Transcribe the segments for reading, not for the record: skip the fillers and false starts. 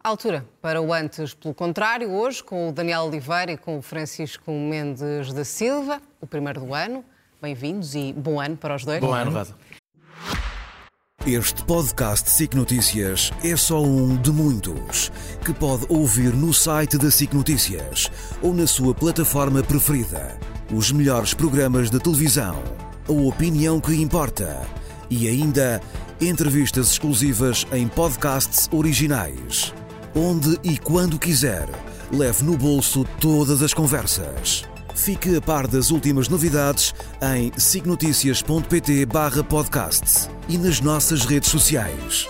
Altura para o Antes pelo Contrário, hoje com o Daniel Oliveira e com o Francisco Mendes da Silva, o primeiro do ano. Bem-vindos e bom ano para os dois. Bom ano, Rosa. Este podcast SIC Notícias é só um de muitos que pode ouvir no site da SIC Notícias ou na sua plataforma preferida. Os melhores programas de televisão, a opinião que importa e ainda entrevistas exclusivas em podcasts originais. Onde e quando quiser, leve no bolso todas as conversas. Fique a par das últimas novidades em sicnoticias.pt/podcast e nas nossas redes sociais.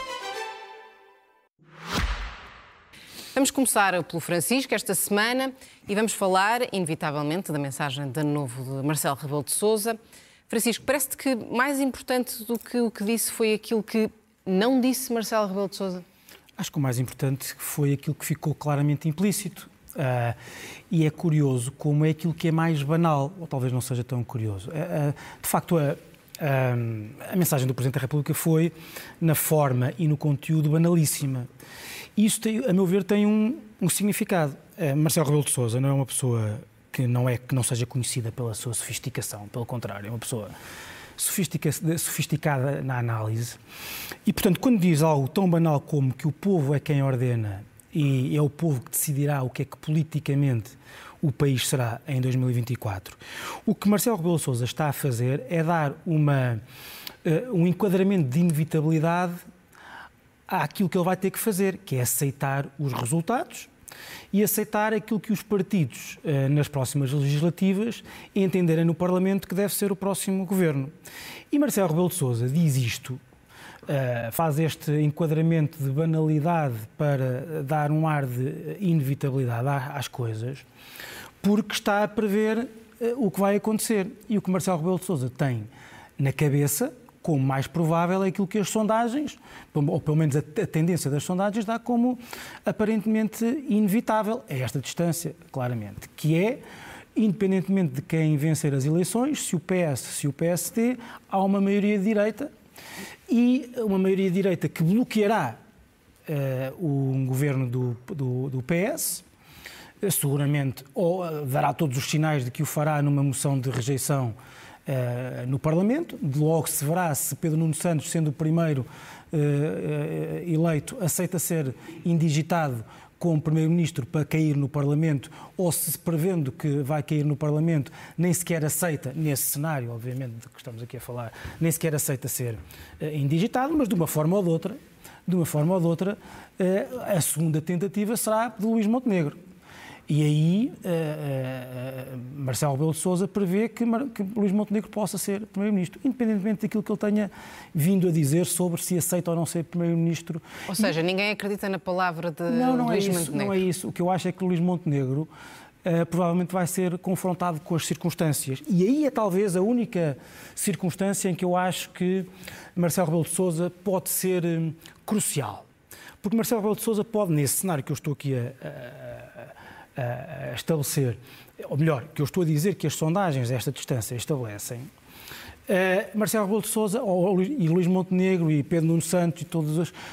Vamos começar pelo Francisco esta semana e vamos falar, inevitavelmente, da mensagem de ano novo de Marcelo Rebelo de Sousa. Francisco, parece-te que mais importante do que o que disse foi aquilo que não disse Marcelo Rebelo de Sousa? Acho que o mais importante foi aquilo que ficou claramente implícito. E é curioso como é aquilo que é mais banal, ou talvez não seja tão curioso. De facto, a mensagem do Presidente da República foi, na forma e no conteúdo, banalíssima. E isso, a meu ver, tem um significado. Marcelo Rebelo de Sousa não é uma pessoa que não seja conhecida pela sua sofisticação, pelo contrário, é uma pessoa sofisticada na análise. E, portanto, quando diz algo tão banal como que o povo é quem ordena e é o povo que decidirá o que é que politicamente o país será em 2024, o que Marcelo Rebelo de Sousa está a fazer é dar um enquadramento de inevitabilidade àquilo que ele vai ter que fazer, que é aceitar os resultados e aceitar aquilo que os partidos, nas próximas legislativas, entenderem no Parlamento que deve ser o próximo governo. E Marcelo Rebelo de Sousa diz isto, faz este enquadramento de banalidade para dar um ar de inevitabilidade às coisas, porque está a prever o que vai acontecer. E o que Marcelo Rebelo de Sousa tem na cabeça, como mais provável, é aquilo que as sondagens, ou pelo menos a tendência das sondagens, dá como aparentemente inevitável a esta distância, claramente, que é, independentemente de quem vencer as eleições, se o PS, se o PSD, há uma maioria de direita, e uma maioria de direita que bloqueará o governo do PS, seguramente, ou dará todos os sinais de que o fará numa moção de rejeição no Parlamento. De logo se verá se Pedro Nuno Santos, sendo o primeiro eleito, aceita ser indigitado como Primeiro-Ministro para cair no Parlamento, ou se prevendo que vai cair no Parlamento, nem sequer aceita, nesse cenário, obviamente, de que estamos aqui a falar, nem sequer aceita ser indigitado, mas de uma forma ou de outra, a segunda tentativa será de Luís Montenegro. E aí Marcelo Rebelo de Sousa prevê que Luís Montenegro possa ser Primeiro-Ministro, independentemente daquilo que ele tenha vindo a dizer sobre se aceita ou não ser Primeiro-Ministro. Ou seja, ninguém acredita na palavra de Luís Montenegro. Não é isso. O que eu acho é que Luís Montenegro provavelmente vai ser confrontado com as circunstâncias. E aí é talvez a única circunstância em que eu acho que Marcelo Rebelo de Sousa pode ser crucial. Porque Marcelo Rebelo de Sousa pode, nesse cenário que eu estou aqui a estabelecer, ou melhor, que eu estou a dizer que as sondagens a esta distância estabelecem, Marcelo Rebelo de Sousa e Luís Montenegro e Pedro Nuno Santos e todos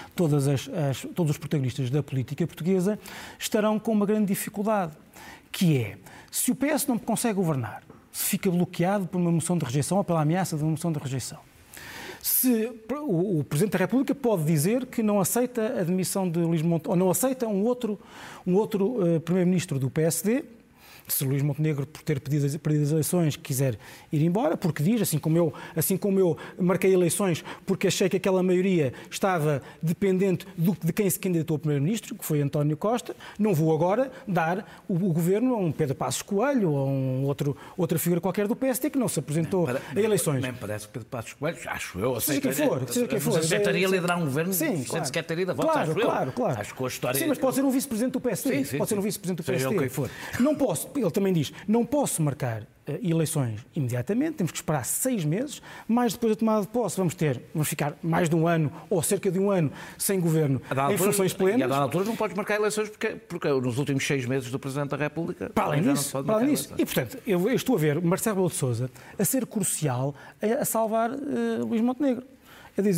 os protagonistas da política portuguesa estarão com uma grande dificuldade, que é, se o PS não consegue governar, se fica bloqueado por uma moção de rejeição ou pela ameaça de uma moção de rejeição, se o Presidente da República pode dizer que não aceita a demissão de Luís Montenegro, ou não aceita um outro Primeiro-Ministro do PSD, se Luís Montenegro, por ter perdido as eleições, quiser ir embora, porque diz, assim como eu marquei eleições porque achei que aquela maioria estava dependente de quem se candidatou a Primeiro-Ministro, que foi António Costa, não vou agora dar o governo a um Pedro Passos Coelho ou a outra figura qualquer do PSD que não se apresentou a eleições. Nem parece que Pedro Passos Coelho, acho eu, seja quem for. Aceitaria liderar um governo sem sequer ter ido a votos, acho eu. Claro. Acho que a história... Sim, mas pode ser um vice-presidente do PSD. Pode ser um vice-presidente do PSD. Quem for. Não posso. Ele também diz, não posso marcar eleições imediatamente, temos que esperar 6 meses, mais depois da tomada de posse vamos ficar mais de um ano ou cerca de um ano sem governo em funções plenas. E a dada altura não podes marcar eleições porque nos últimos 6 meses do Presidente da República... Para além disso. E, portanto, eu estou a ver Marcelo Rebelo de Sousa a ser crucial a salvar Luís Montenegro. É dizer,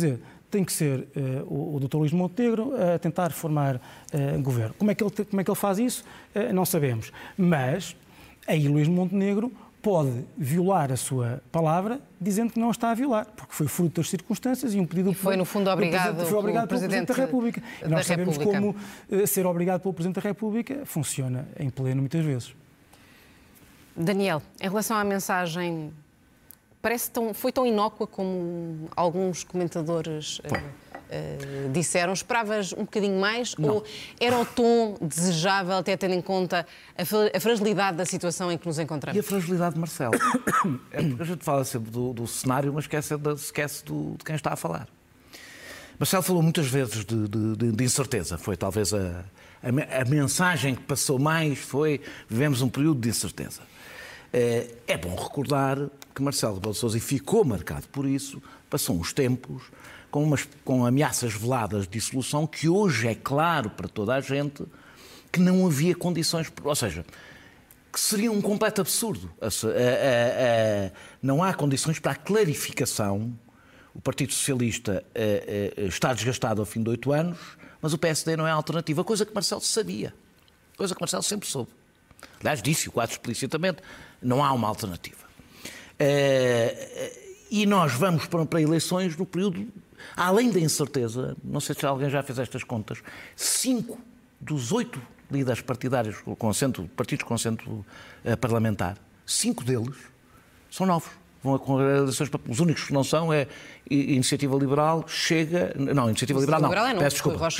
tem que ser o Dr. Luís Montenegro a tentar formar governo. Como é que ele faz isso? Não sabemos. Mas aí Luís Montenegro pode violar a sua palavra dizendo que não está a violar, porque foi fruto das circunstâncias e um pedido... Foi, no fundo, obrigado pelo Presidente da República. E nós sabemos como ser obrigado pelo Presidente da República funciona em pleno muitas vezes. Daniel, em relação à mensagem, foi tão inócua como alguns comentadores disseram? Esperavas um bocadinho mais? Não. Ou era o tom desejável, até tendo em conta a fragilidade da situação em que nos encontramos? E a fragilidade de Marcelo? É porque a gente fala sempre do cenário, mas esquece de quem está a falar. Marcelo falou muitas vezes de incerteza. Foi talvez a mensagem que passou mais, vivemos um período de incerteza. É bom recordar que Marcelo Rebelo de Sousa, e ficou marcado por isso, passou uns tempos com ameaças veladas de dissolução, que hoje é claro para toda a gente que não havia condições, ou seja, que seria um completo absurdo. Não há condições para a clarificação. O Partido Socialista está desgastado ao fim de 8 anos, mas o PSD não é a alternativa, coisa que Marcelo sabia, coisa que Marcelo sempre soube. Aliás, disse-o quase explicitamente, não há uma alternativa. E nós vamos para eleições no período, além da incerteza, não sei se alguém já fez estas contas, 5 dos 8 líderes partidários, partidos com assento parlamentar, 5 deles são novos. Vão com eleições, os únicos que não são é Iniciativa Liberal, Chega... Não, Iniciativa Liberal não, peço desculpa.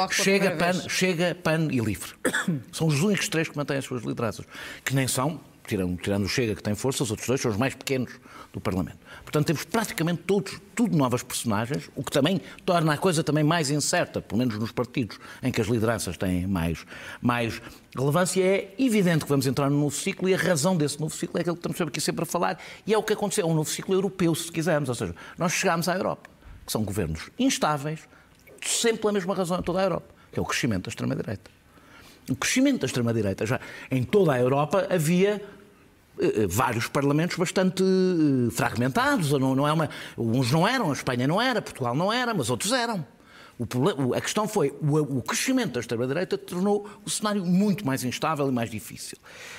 Chega, PAN e LIVRE. São os únicos 3 que mantêm as suas lideranças, que nem são, tirando o Chega, que tem força, os outros 2 são os mais pequenos do Parlamento. Portanto, temos praticamente tudo novas personagens, o que também torna a coisa também mais incerta, pelo menos nos partidos em que as lideranças têm mais relevância. É evidente que vamos entrar num novo ciclo, e a razão desse novo ciclo é aquilo que estamos aqui sempre a falar, e é o que aconteceu, é um novo ciclo europeu, se quisermos. Ou seja, nós chegámos à Europa, que são governos instáveis, sempre pela mesma razão em toda a Europa, que é o crescimento da extrema-direita. O crescimento da extrema-direita, já em toda a Europa havia vários parlamentos bastante fragmentados, uns não eram, a Espanha não era, Portugal não era, mas outros eram. A questão foi, o crescimento da extrema-direita tornou o cenário muito mais instável e mais difícil.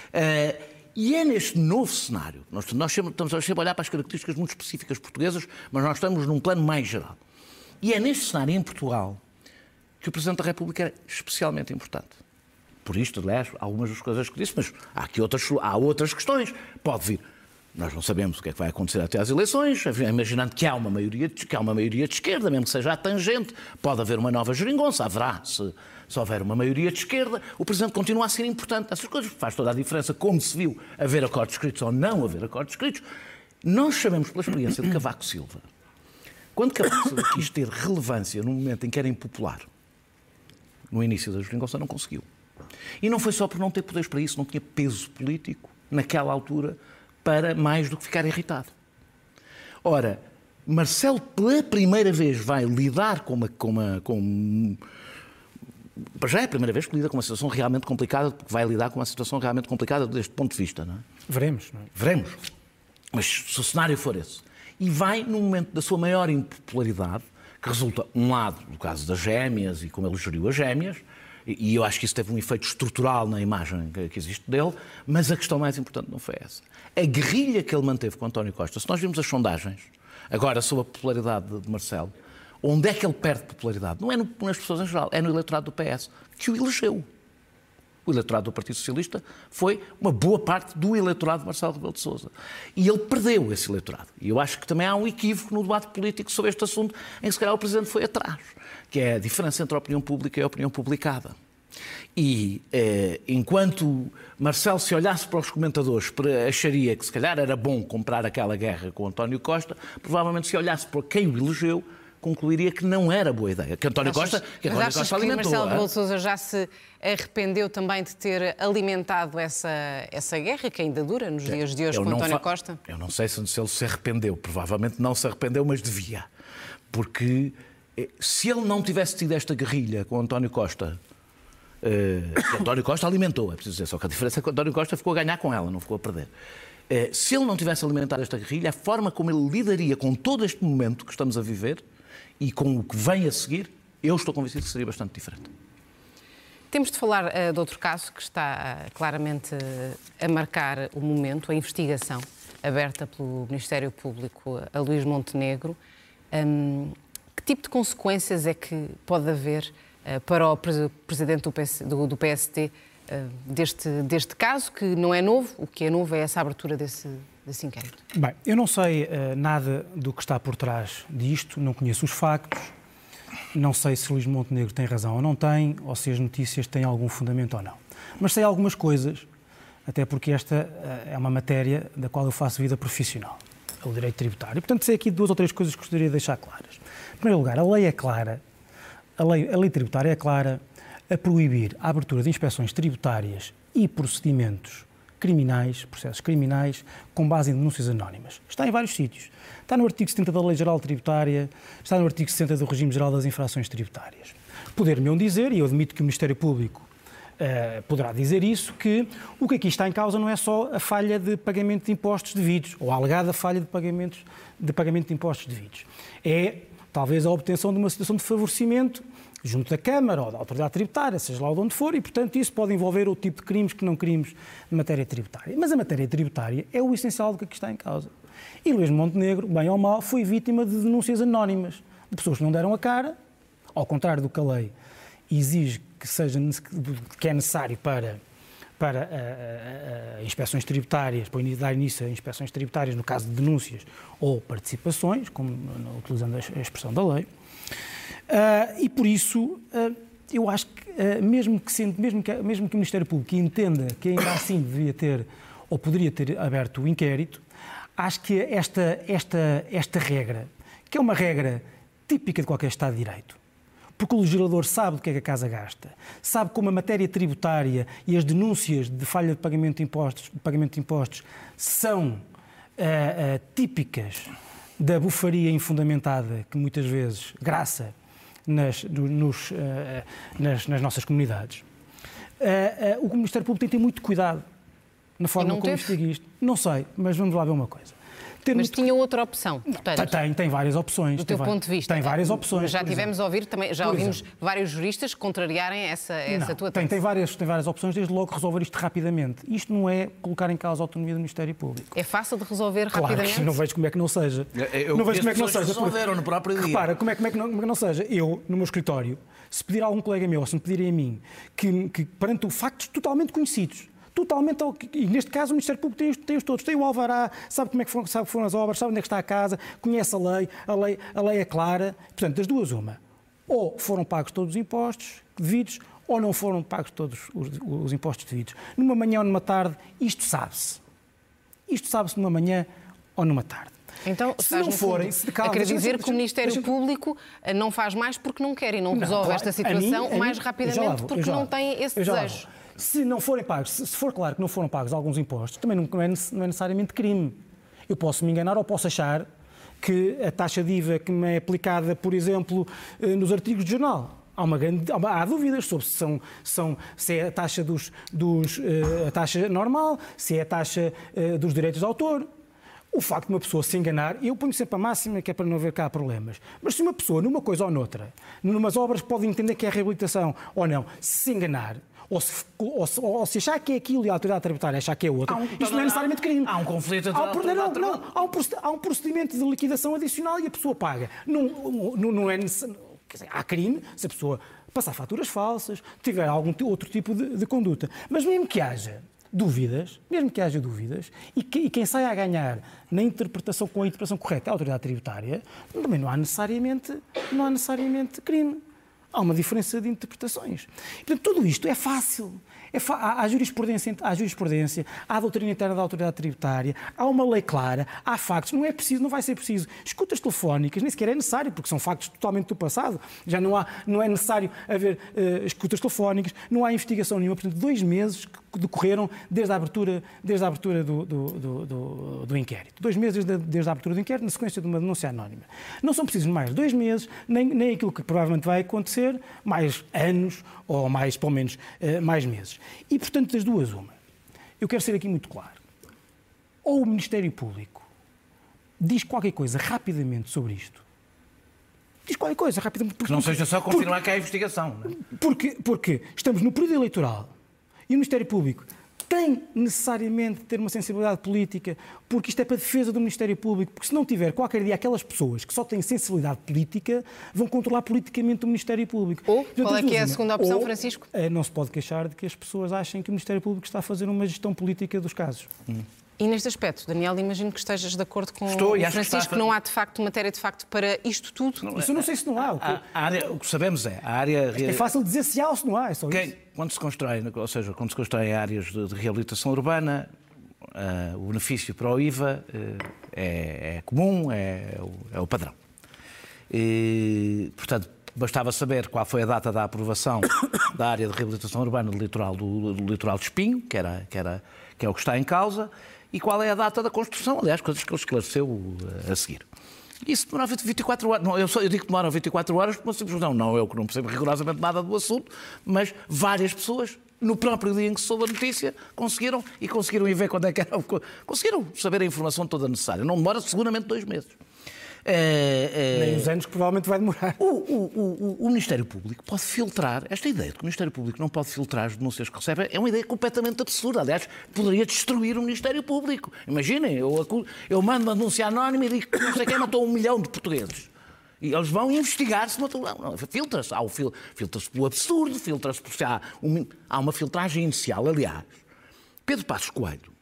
E é neste novo cenário, nós estamos sempre a olhar para as características muito específicas portuguesas, mas nós estamos num plano mais geral. E é neste cenário, em Portugal, que o Presidente da República é especialmente importante. Por isto, aliás, algumas das coisas que disse, mas há outras questões. Pode vir. Nós não sabemos o que é que vai acontecer até às eleições, imaginando que há uma maioria de esquerda, mesmo que seja a tangente, pode haver uma nova geringonça, haverá, se houver uma maioria de esquerda, o Presidente continua a ser importante. Essas coisas faz toda a diferença, como se viu haver acordos escritos ou não haver acordos escritos. Nós sabemos pela experiência de Cavaco Silva, quando Cavaco Silva quis ter relevância no momento em que era impopular, no início da geringonça, não conseguiu. E não foi só por não ter poderes para isso, não tinha peso político, naquela altura, para mais do que ficar irritado. Ora, Marcelo, pela primeira vez, vai lidar já é a primeira vez que lida com uma situação realmente complicada, porque vai lidar com uma situação realmente complicada deste ponto de vista, não é? Veremos, não é? Veremos. Mas se o cenário for esse. E vai, no momento da sua maior impopularidade, que resulta, um lado, do caso das gêmeas e como ele geriu as gêmeas, e eu acho que isso teve um efeito estrutural na imagem que existe dele, mas a questão mais importante não foi essa. A guerrilha que ele manteve com António Costa, se nós vimos as sondagens, agora sobre a popularidade de Marcelo, onde é que ele perde popularidade? Não é nas pessoas em geral, é no eleitorado do PS, que o elegeu. O eleitorado do Partido Socialista foi uma boa parte do eleitorado de Marcelo Rebelo de Sousa. E ele perdeu esse eleitorado. E eu acho que também há um equívoco no debate político sobre este assunto, em que se calhar o Presidente foi atrás, que é a diferença entre a opinião pública e a opinião publicada. E enquanto Marcelo, se olhasse para os comentadores, acharia que se calhar era bom comprar aquela guerra com António Costa, provavelmente se olhasse para quem o elegeu, concluiria que não era boa ideia. Que António Costa alimentou. Marcelo Rebelo de Sousa já se arrependeu também de ter alimentado essa guerra que ainda dura nos dias de hoje com António Costa? Eu não sei se ele se arrependeu. Provavelmente não se arrependeu, mas devia. Porque se ele não tivesse tido esta guerrilha com António Costa, António Costa alimentou, é preciso dizer, só que a diferença é que António Costa ficou a ganhar com ela, não ficou a perder. Se ele não tivesse alimentado esta guerrilha, a forma como ele lidaria com todo este momento que estamos a viver e com o que vem a seguir, eu estou convencido que seria bastante diferente. Temos de falar de outro caso que está claramente a marcar o momento, a investigação aberta pelo Ministério Público a Luís Montenegro. Que tipo de consequências é que pode haver para o presidente do PST deste caso, que não é novo? O que é novo é essa abertura desse inquérito. Bem, eu não sei nada do que está por trás disto, não conheço os factos, não sei se Luís Montenegro tem razão ou não tem, ou se as notícias têm algum fundamento ou não. Mas sei algumas coisas, até porque esta é uma matéria da qual eu faço vida profissional, o direito tributário. E, portanto, sei aqui 2 ou 3 coisas que gostaria de deixar claras. Em primeiro lugar, a lei é clara, a lei tributária é clara a proibir a abertura de inspeções tributárias e procedimentos criminais, processos criminais, com base em denúncias anónimas. Está em vários sítios. Está no artigo 70 da Lei Geral Tributária, está no artigo 60 do Regime Geral das Infrações Tributárias. Poder-me dizer, e eu admito que o Ministério Público poderá dizer isso, que o que aqui está em causa não é só a falha de pagamento de impostos devidos, ou a alegada falha de pagamento de impostos devidos. É, talvez, a obtenção de uma situação de favorecimento junto da Câmara ou da Autoridade Tributária, seja lá de onde for, e, portanto, isso pode envolver o tipo de crimes que não crimes de matéria tributária. Mas a matéria tributária é o essencial do que aqui está em causa. E Luís Montenegro, bem ou mal, foi vítima de denúncias anónimas de pessoas que não deram a cara, ao contrário do que a lei exige que é necessário para inspeções tributárias, para dar início a inspeções tributárias no caso de denúncias ou participações, como utilizando a expressão da lei. E por isso, eu acho que mesmo que o Ministério Público entenda que ainda assim devia ter ou poderia ter aberto o inquérito, acho que esta regra, que é uma regra típica de qualquer Estado de Direito, porque o legislador sabe do que é que a casa gasta, sabe como a matéria tributária e as denúncias de falha de pagamento de impostos são típicas da bufaria infundamentada que muitas vezes graça nas nossas comunidades. O Ministério Público tem que ter muito cuidado na forma como investiga isto. Não sei, mas vamos lá ver uma coisa. Mas tinha outra opção, portanto. Tem várias opções. Do teu ponto de vista. Tem várias opções. Já tivemos a ouvir também, já ouvimos vários juristas contrariarem essa tua tese. Tem várias opções, desde logo resolver isto rapidamente. Isto não é colocar em causa a autonomia do Ministério Público. É fácil de resolver rapidamente? Claro, não vejo como é que não seja. Não vejo como é que não seja. Resolveram no próprio dia. Repara, como é que não seja? Eu, no meu escritório, se pedir a algum colega meu, ou se me pedirem a mim, que perante factos totalmente conhecidos, e neste caso o Ministério Público tem-os todos, tem o alvará, sabe como é que foram as obras, sabe onde é que está a casa, conhece a lei é clara. Portanto, das duas uma, ou foram pagos todos os impostos devidos, ou não foram pagos todos os impostos devidos. Numa manhã ou numa tarde, isto sabe-se. Isto sabe-se numa manhã ou numa tarde. Então, se não forem, quer dizer que o Ministério Público não faz mais porque não quer e não resolve esta situação mais rapidamente porque não tem esse desejo. Se não forem pagos, se for claro que não foram pagos alguns impostos, também não é necessariamente crime. Eu posso me enganar ou posso achar que a taxa de IVA que me é aplicada, por exemplo, nos artigos de jornal, há dúvidas sobre se é a taxa a taxa normal, se é a taxa dos direitos de autor. O facto de uma pessoa se enganar, eu ponho sempre a máxima que é para não haver cá problemas. Mas se uma pessoa, numa coisa ou noutra, numas obras pode entender que é reabilitação ou não, se enganar, ou se achar que é aquilo e a autoridade tributária achar que é outro, isto não é necessariamente crime. Há um conflito entre há um procedimento de liquidação adicional e a pessoa paga. Não é necessário. Quer dizer, há crime se a pessoa passar faturas falsas, tiver algum outro tipo de conduta. Mas mesmo que haja dúvidas, e quem sai a ganhar com a interpretação correta da autoridade tributária, também não há necessariamente crime. Há uma diferença de interpretações. Portanto, tudo isto é fácil. Há jurisprudência, há a doutrina interna da autoridade tributária, há uma lei clara, há factos. Não vai ser preciso escutas telefónicas, nem sequer é necessário, porque são factos totalmente do passado. Já não é necessário haver escutas telefónicas, não há investigação nenhuma. Portanto, 2 meses que decorreram desde a abertura do inquérito. 2 meses desde a abertura do inquérito, na sequência de uma denúncia anónima. Não são precisos mais 2 meses, nem aquilo que provavelmente vai acontecer, mais anos ou mais, pelo menos, mais meses. E, portanto, das duas uma. Eu quero ser aqui muito claro. Ou o Ministério Público diz qualquer coisa rapidamente sobre isto, diz qualquer coisa, rapidamente. Que não seja só confirmar que há investigação. Não é? Porque estamos no período eleitoral e o Ministério Público tem necessariamente de ter uma sensibilidade política, porque isto é para a defesa do Ministério Público, porque se não tiver qualquer dia aquelas pessoas que só têm sensibilidade política vão controlar politicamente o Ministério Público. Ou, Portanto, qual é que é a segunda opção, ou, Francisco? Não se pode queixar de que as pessoas achem que o Ministério Público está a fazer uma gestão política dos casos. E neste aspecto, Daniel, imagino que estejas de acordo com Estou, e o acho que Francisco, que não há de facto matéria de facto para isto tudo. Isso eu não sei se não há. O que sabemos é, a área... É fácil dizer se há ou se não há, é só isso. Quando se constrói, ou seja, quando se constrói áreas de reabilitação urbana, o benefício para o IVA é comum, é o padrão. E, portanto, bastava saber qual foi a data da aprovação da área de reabilitação urbana do litoral de Espinho, que é o que está em causa, e qual é a data da construção, aliás, coisas que ele esclareceu a seguir. Isso demora 24 horas. Não, eu digo que demora 24 horas por uma simples razão. Não eu que não percebo rigorosamente nada do assunto, mas várias pessoas, no próprio dia em que se soube a notícia, conseguiram ir ver quando é que era. Conseguiram saber a informação toda necessária. Não demora seguramente 2 meses. Nem os anos que provavelmente vai demorar. O Ministério Público pode filtrar. Esta ideia de que o Ministério Público não pode filtrar as denúncias que recebe é uma ideia completamente absurda. Aliás, poderia destruir o Ministério Público. Imaginem, eu mando uma denúncia anónima e digo que não sei quem matou 1 milhão de portugueses. E eles vão investigar se matou. Não, filtra-se. Filtra-se pelo absurdo, filtra-se por se há uma filtragem inicial. Aliás, Pedro Passos Coelho,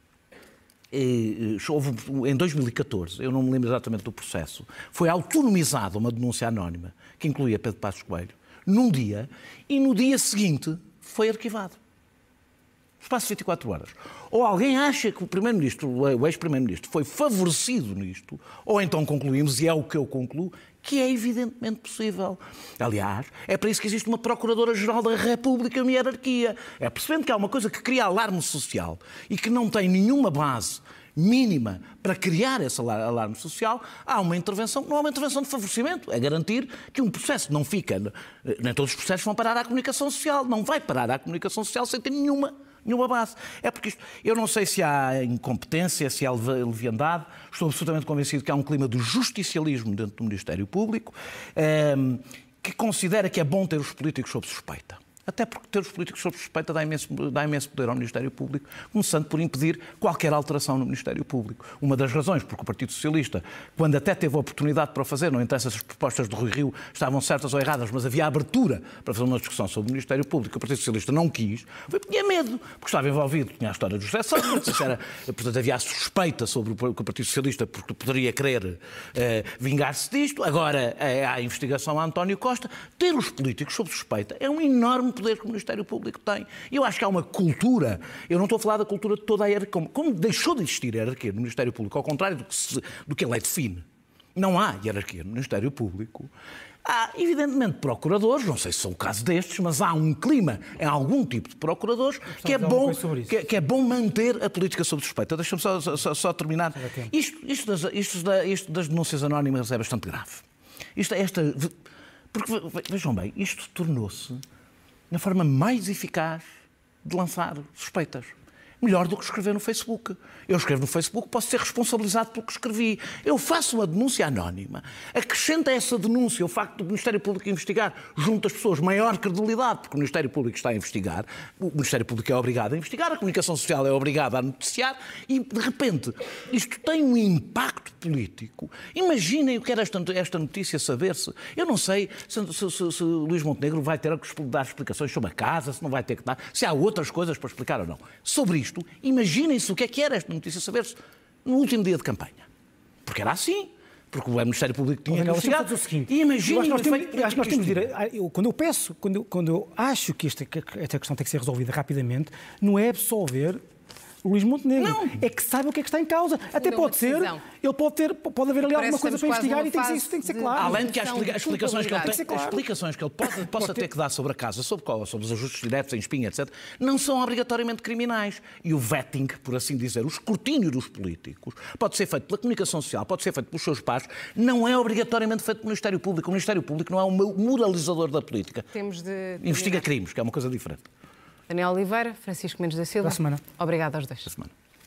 houve, em 2014, eu não me lembro exatamente do processo, foi autonomizada uma denúncia anónima que incluía Pedro Passos Coelho num dia e no dia seguinte foi arquivado. Espaço de 24 horas. Ou alguém acha que o Primeiro-Ministro, o ex-Primeiro-Ministro, foi favorecido nisto, ou então concluímos, e é o que eu concluo, que é evidentemente possível. Aliás, é para isso que existe uma Procuradora-Geral da República, uma hierarquia. É percebendo que há uma coisa que cria alarme social e que não tem nenhuma base mínima para criar esse alarme social, há uma intervenção que não é uma intervenção de favorecimento, é garantir que um processo não fica... Nem todos os processos vão parar à comunicação social, não vai parar à comunicação social sem ter nenhuma base. É porque isto, eu não sei se há incompetência, se há leviandade, estou absolutamente convencido que há um clima de justicialismo dentro do Ministério Público, que considera que é bom ter os políticos sob suspeita. Até porque ter os políticos sob suspeita dá imenso poder ao Ministério Público, começando por impedir qualquer alteração no Ministério Público. Uma das razões porque o Partido Socialista, quando até teve a oportunidade para o fazer, não interessa se as propostas do Rui Rio estavam certas ou erradas, mas havia abertura para fazer uma discussão sobre o Ministério Público, o Partido Socialista não quis, foi porque tinha medo, porque estava envolvido, tinha a história do José Sócrates, portanto havia a suspeita sobre o Partido Socialista porque poderia querer vingar-se disto. Agora há a investigação a António Costa. Ter os políticos sob suspeita é um enorme poder que o Ministério Público tem. E eu acho que há uma cultura, eu não estou a falar da cultura de toda a hierarquia, como deixou de existir hierarquia no Ministério Público, ao contrário do que a lei define. Não há hierarquia no Ministério Público. Há, evidentemente, procuradores, não sei se são o caso destes, mas há um clima em algum tipo de procuradores que é bom manter a política sob suspeita. Deixa-me só terminar. Isto das denúncias anónimas é bastante grave. Porque, vejam bem, isto tornou-se na forma mais eficaz de lançar suspeitas. Melhor do que escrever no Facebook. Eu escrevo no Facebook, posso ser responsabilizado pelo que escrevi. Eu faço uma denúncia anónima. Acrescenta a essa denúncia o facto do Ministério Público investigar junto às pessoas maior credibilidade, porque o Ministério Público está a investigar, o Ministério Público é obrigado a investigar, a comunicação social é obrigada a noticiar e, de repente, isto tem um impacto político. Imaginem o que era esta notícia saber-se. Eu não sei se Luís Montenegro vai ter que dar explicações sobre a casa, se não vai ter que dar, se há outras coisas para explicar ou não. Sobre isto, imaginem-se o que era esta notícia saber-se no último dia de campanha. Porque era assim. Porque o Ministério Público tinha que investigar. E imaginem o efeito... Acho que nós temos de ir... Quando eu acho que esta questão tem que ser resolvida rapidamente, não é absolver o Luís Montenegro. Não. É que saiba o que é que está em causa. Até pode ser, ele pode haver ali alguma coisa para investigar e isso tem que ser claro. Além de que as explicações que ele possa ter que dar sobre a casa, sobre os ajustes diretos em espinha, etc., não são obrigatoriamente criminais. E o vetting, por assim dizer, o escrutínio dos políticos, pode ser feito pela comunicação social, pode ser feito pelos seus pares, não é obrigatoriamente feito pelo Ministério Público. O Ministério Público não é um moralizador da política. Investiga crimes, que é uma coisa diferente. Daniel Oliveira, Francisco Mendes da Silva. Boa semana. Obrigada aos dois. Boa semana.